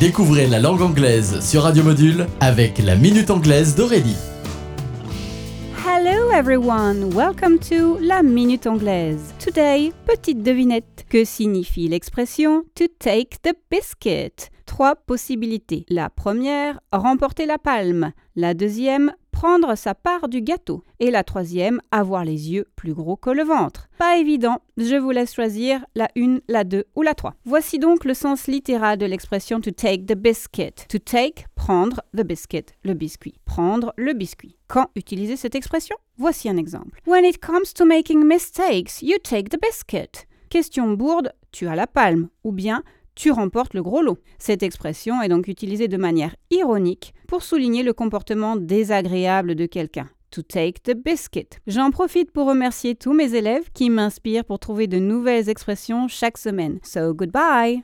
Découvrez la langue anglaise sur Radio Module avec la Minute Anglaise d'Aurélie. Hello everyone, welcome to la Minute Anglaise. Today, petite devinette. Que signifie l'expression to take the biscuit? 3 possibilités. La première, remporter la palme. La deuxième, prendre sa part du gâteau. Et la troisième, avoir les yeux plus gros que le ventre. Pas évident, je vous laisse choisir la 1, la 2 ou la 3. Voici donc le sens littéral de l'expression to take the biscuit. To take, prendre, the biscuit, le biscuit. Prendre le biscuit. Quand utiliser cette expression? Voici un exemple. When it comes to making mistakes, you take the biscuit. Question bourde, tu as la palme. Ou bien, tu remportes le gros lot. Cette expression est donc utilisée de manière ironique pour souligner le comportement désagréable de quelqu'un. To take the biscuit. J'en profite pour remercier tous mes élèves qui m'inspirent pour trouver de nouvelles expressions chaque semaine. So goodbye!